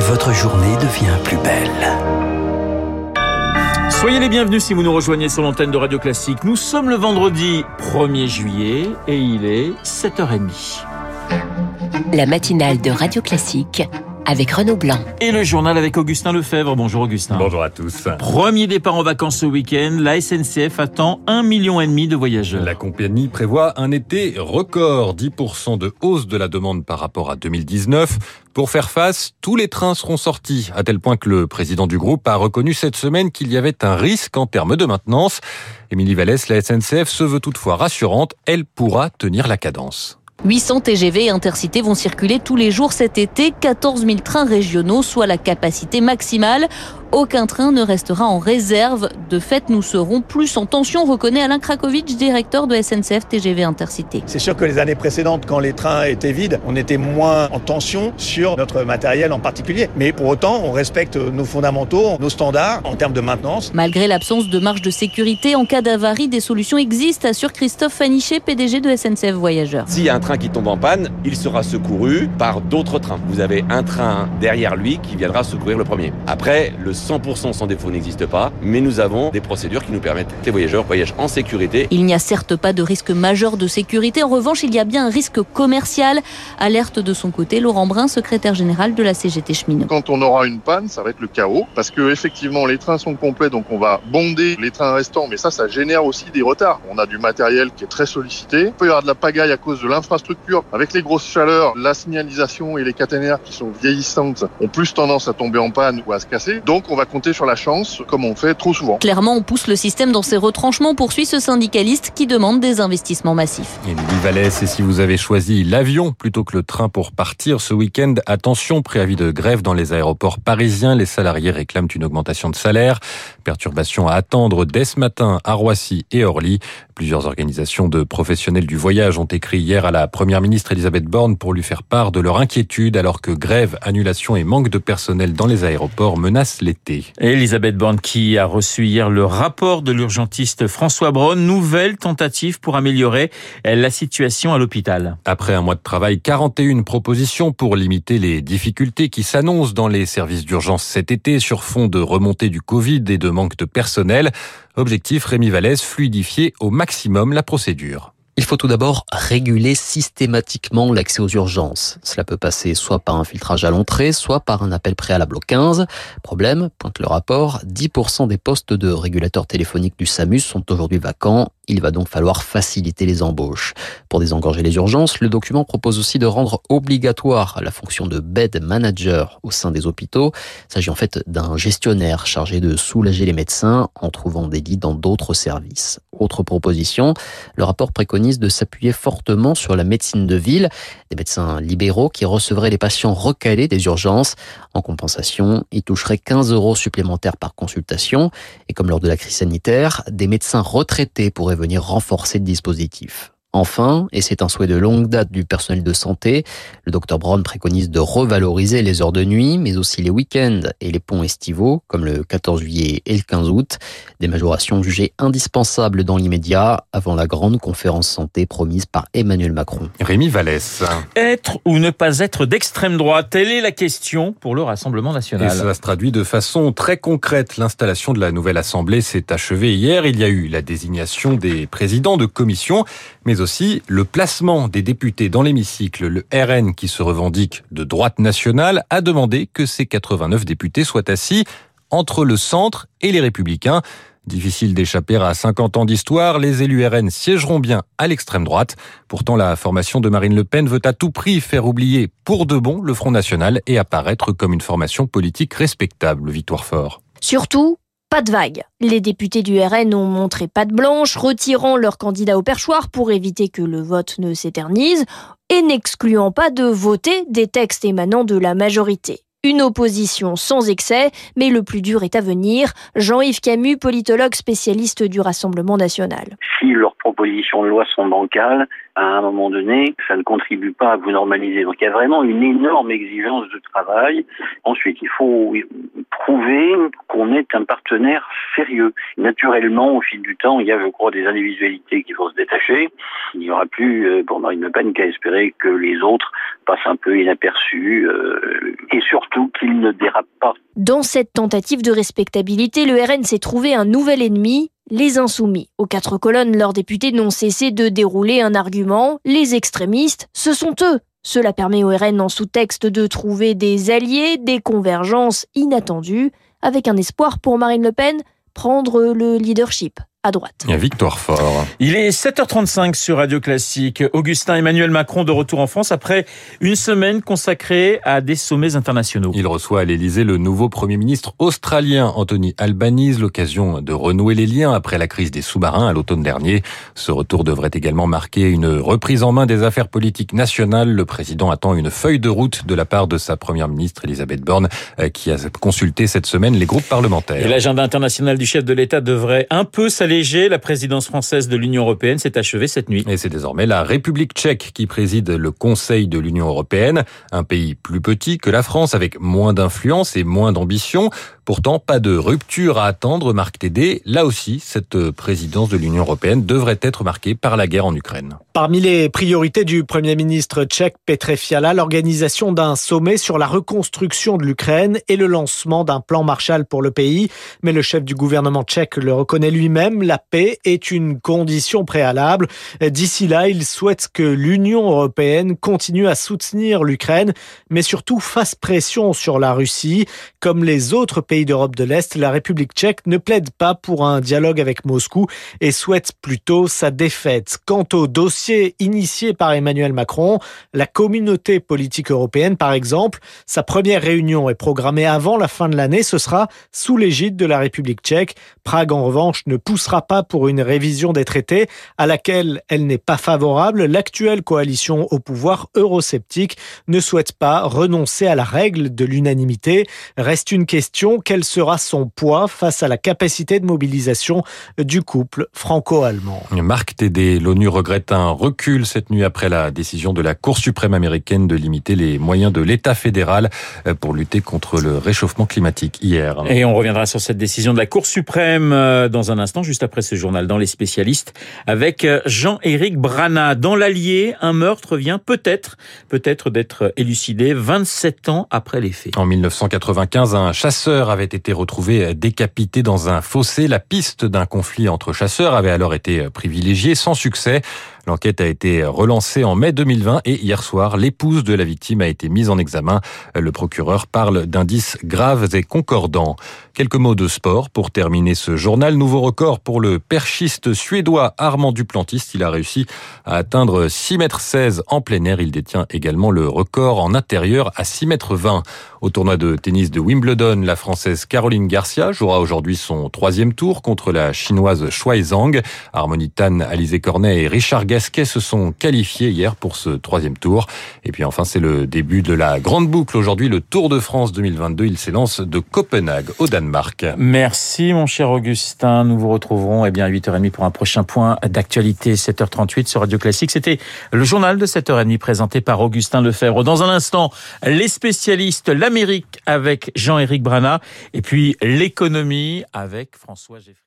votre journée devient plus belle. Soyez les bienvenus si vous nous rejoignez sur l'antenne de Radio Classique. Nous sommes le vendredi 1er juillet et il est 7h30. La matinale de Radio Classique avec Renaud Blanc. Et le journal avec Augustin Lefebvre. Bonjour Augustin. Bonjour à tous. Premier départ en vacances ce week-end, la SNCF attend 1,5 million de voyageurs. La compagnie prévoit un été record, 10% de hausse de la demande par rapport à 2019. Pour faire face, tous les trains seront sortis, à tel point que le président du groupe a reconnu cette semaine qu'il y avait un risque en termes de maintenance. Émilie Vallès, la SNCF se veut toutefois rassurante, elle pourra tenir la cadence. 800 TGV et Intercités vont circuler tous les jours cet été, 14 000 trains régionaux, soit la capacité maximale. Aucun train ne restera en réserve. De fait, nous serons plus en tension, reconnaît Alain Krakovic, directeur de SNCF TGV Intercités. C'est sûr que les années précédentes, quand les trains étaient vides, on était moins en tension sur notre matériel en particulier. Mais pour autant, on respecte nos fondamentaux, nos standards en termes de maintenance. Malgré l'absence de marge de sécurité, en cas d'avarie, des solutions existent, assure Christophe Fanichet, PDG de SNCF Voyageurs. S'il y a un train qui tombe en panne, il sera secouru par d'autres trains. Vous avez un train derrière lui qui viendra secourir le premier. Après, le 100% sans défaut n'existe pas, mais nous avons des procédures qui nous permettent que les voyageurs voyagent en sécurité. Il n'y a certes pas de risque majeur de sécurité. En revanche, il y a bien un risque commercial. Alerte de son côté Laurent Brun, secrétaire général de la CGT Cheminot. Quand on aura une panne, ça va être le chaos, parce que effectivement les trains sont complets, donc on va bonder les trains restants, mais ça génère aussi des retards. On a du matériel qui est très sollicité. Il peut y avoir de la pagaille à cause de l'infrastructure. Avec les grosses chaleurs, la signalisation et les caténaires qui sont vieillissantes ont plus tendance à tomber en panne ou à se casser. Donc on va compter sur la chance, comme on fait trop souvent. Clairement, on pousse le système dans ses retranchements, poursuit ce syndicaliste qui demande des investissements massifs. Émilie Vallès, et si vous avez choisi l'avion plutôt que le train pour partir ce week-end, attention, préavis de grève dans les aéroports parisiens. Les salariés réclament une augmentation de salaire. Perturbations à attendre dès ce matin à Roissy et Orly. Plusieurs organisations de professionnels du voyage ont écrit hier à la première ministre Elisabeth Borne pour lui faire part de leur inquiétude alors que grève, annulation et manque de personnel dans les aéroports menacent l'été. Elisabeth Borne qui a reçu hier le rapport de l'urgentiste François Braun. Nouvelle tentative pour améliorer la situation à l'hôpital. Après un mois de travail, 41 propositions pour limiter les difficultés qui s'annoncent dans les services d'urgence cet été sur fond de remontée du Covid et de manque de personnel. Objectif, Rémi Vallès, fluidifier au maximum la procédure. Il faut tout d'abord réguler systématiquement l'accès aux urgences. Cela peut passer soit par un filtrage à l'entrée, soit par un appel préalable au 15. Problème, pointe le rapport, 10% des postes de régulateurs téléphoniques du SAMU sont aujourd'hui vacants. Il va donc falloir faciliter les embauches. Pour désengorger les urgences, le document propose aussi de rendre obligatoire la fonction de bed manager au sein des hôpitaux. Il s'agit en fait d'un gestionnaire chargé de soulager les médecins en trouvant des lits dans d'autres services. Autre proposition, le rapport préconise de s'appuyer fortement sur la médecine de ville, des médecins libéraux qui recevraient les patients recalés des urgences. En compensation, ils toucheraient 15 € supplémentaires par consultation. Et comme lors de la crise sanitaire, des médecins retraités pourraient venir renforcer le dispositif. Enfin, et c'est un souhait de longue date du personnel de santé, le Dr Braun préconise de revaloriser les heures de nuit, mais aussi les week-ends et les ponts estivaux, comme le 14 juillet et le 15 août. Des majorations jugées indispensables dans l'immédiat, avant la grande conférence santé promise par Emmanuel Macron. Rémi Vallès. Être ou ne pas être d'extrême droite, telle est la question pour le Rassemblement national. Et ça se traduit de façon très concrète. L'installation de la nouvelle Assemblée s'est achevée hier. Il y a eu la désignation des présidents de commission, mais aussi le placement des députés dans l'hémicycle. Le RN, qui se revendique de droite nationale, a demandé que ces 89 députés soient assis entre le centre et les Républicains. Difficile d'échapper à 50 ans d'histoire, les élus RN siégeront bien à l'extrême droite. Pourtant, la formation de Marine Le Pen veut à tout prix faire oublier pour de bon le Front National et apparaître comme une formation politique respectable. Victoire Fort. Surtout, pas de vague. Les députés du RN ont montré patte blanche, retirant leur candidat au perchoir pour éviter que le vote ne s'éternise et n'excluant pas de voter des textes émanant de la majorité. Une opposition sans excès, mais le plus dur est à venir. Jean-Yves Camus, politologue spécialiste du Rassemblement national. Si leurs propositions de loi sont bancales, à un moment donné, ça ne contribue pas à vous normaliser. Donc il y a vraiment une énorme exigence de travail. Ensuite, il faut prouver qu'on est un partenaire sérieux. Naturellement, au fil du temps, il y a, je crois, des individualités qui vont se détacher. Il n'y aura plus, pour Marine Le Pen, qu'à espérer que les autres passent un peu inaperçus. Et surtout qu'il ne dérape pas. Dans cette tentative de respectabilité, le RN s'est trouvé un nouvel ennemi, les insoumis. Aux 4 colonnes, leurs députés n'ont cessé de dérouler un argument. Les extrémistes, ce sont eux. Cela permet au RN en sous-texte de trouver des alliés, des convergences inattendues, avec un espoir pour Marine Le Pen, prendre le leadership à droite. Victoire Fort. Il est 7h35 sur Radio Classique. Augustin Emmanuel Macron de retour en France après une semaine consacrée à des sommets internationaux. Il reçoit à l'Élysée le nouveau Premier ministre australien Anthony Albanese, l'occasion de renouer les liens après la crise des sous-marins à l'automne dernier. Ce retour devrait également marquer une reprise en main des affaires politiques nationales. Le président attend une feuille de route de la part de sa première ministre Elisabeth Borne, qui a consulté cette semaine les groupes parlementaires. Et l'agenda international du chef de l'État devrait un peu s'alléger. La présidence française de l'Union européenne s'est achevée cette nuit. Et c'est désormais la République tchèque qui préside le Conseil de l'Union européenne, un pays plus petit que la France avec moins d'influence et moins d'ambition. Pourtant, pas de rupture à attendre, Marc Tédé. Là aussi, cette présidence de l'Union européenne devrait être marquée par la guerre en Ukraine. Parmi les priorités du Premier ministre tchèque Petr Fiala, l'organisation d'un sommet sur la reconstruction de l'Ukraine et le lancement d'un plan Marshall pour le pays. Mais le chef du gouvernement tchèque le reconnaît lui-même, la paix est une condition préalable. D'ici là, il souhaite que l'Union européenne continue à soutenir l'Ukraine, mais surtout fasse pression sur la Russie. Comme les autres pays d'Europe de l'Est, la République tchèque ne plaide pas pour un dialogue avec Moscou et souhaite plutôt sa défaite. Quant au dossier initié par Emmanuel Macron, la communauté politique européenne par exemple, sa première réunion est programmée avant la fin de l'année, ce sera sous l'égide de la République tchèque. Prague en revanche ne poussera pas pour une révision des traités à laquelle elle n'est pas favorable. L'actuelle coalition au pouvoir eurosceptique ne souhaite pas renoncer à la règle de l'unanimité. Reste une question, quel sera son poids face à la capacité de mobilisation du couple franco-allemand? Marc Tédé, l'ONU regrette un recul cette nuit après la décision de la Cour suprême américaine de limiter les moyens de l'État fédéral pour lutter contre le réchauffement climatique hier. Et on reviendra sur cette décision de la Cour suprême dans un instant, juste après ce journal dans les spécialistes, avec Jean-Éric Brana. Dans l'Allier, un meurtre vient peut-être d'être élucidé 27 ans après les faits. En 1995, un chasseur avait été retrouvé décapité dans un fossé. La piste d'un conflit entre chasseurs avait alors été privilégiée sans succès. L'enquête a été relancée en mai 2020 et hier soir, l'épouse de la victime a été mise en examen. Le procureur parle d'indices graves et concordants. Quelques mots de sport pour terminer ce journal. Nouveau record pour le perchiste suédois Armand Duplantis. Il a réussi à atteindre 6,16 m en plein air. Il détient également le record en intérieur à 6,20 m. Au tournoi de tennis de Wimbledon, la Française Caroline Garcia jouera aujourd'hui son 3e tour contre la Chinoise Shuai Zhang. Harmonie Tan, Alizé Cornet et Richard Gasquet se sont qualifiés hier pour ce 3e tour. Et puis enfin, c'est le début de la grande boucle. Aujourd'hui, le Tour de France 2022, il s'élance de Copenhague au Danemark. Merci mon cher Augustin. Nous vous retrouverons à 8h30 pour un prochain point d'actualité, 7h38 sur Radio Classique. C'était le journal de 7h30 présenté par Augustin Lefebvre. Dans un instant, les spécialistes, l'Amérique avec Jean-Éric Brana et puis l'économie avec François Geffrier.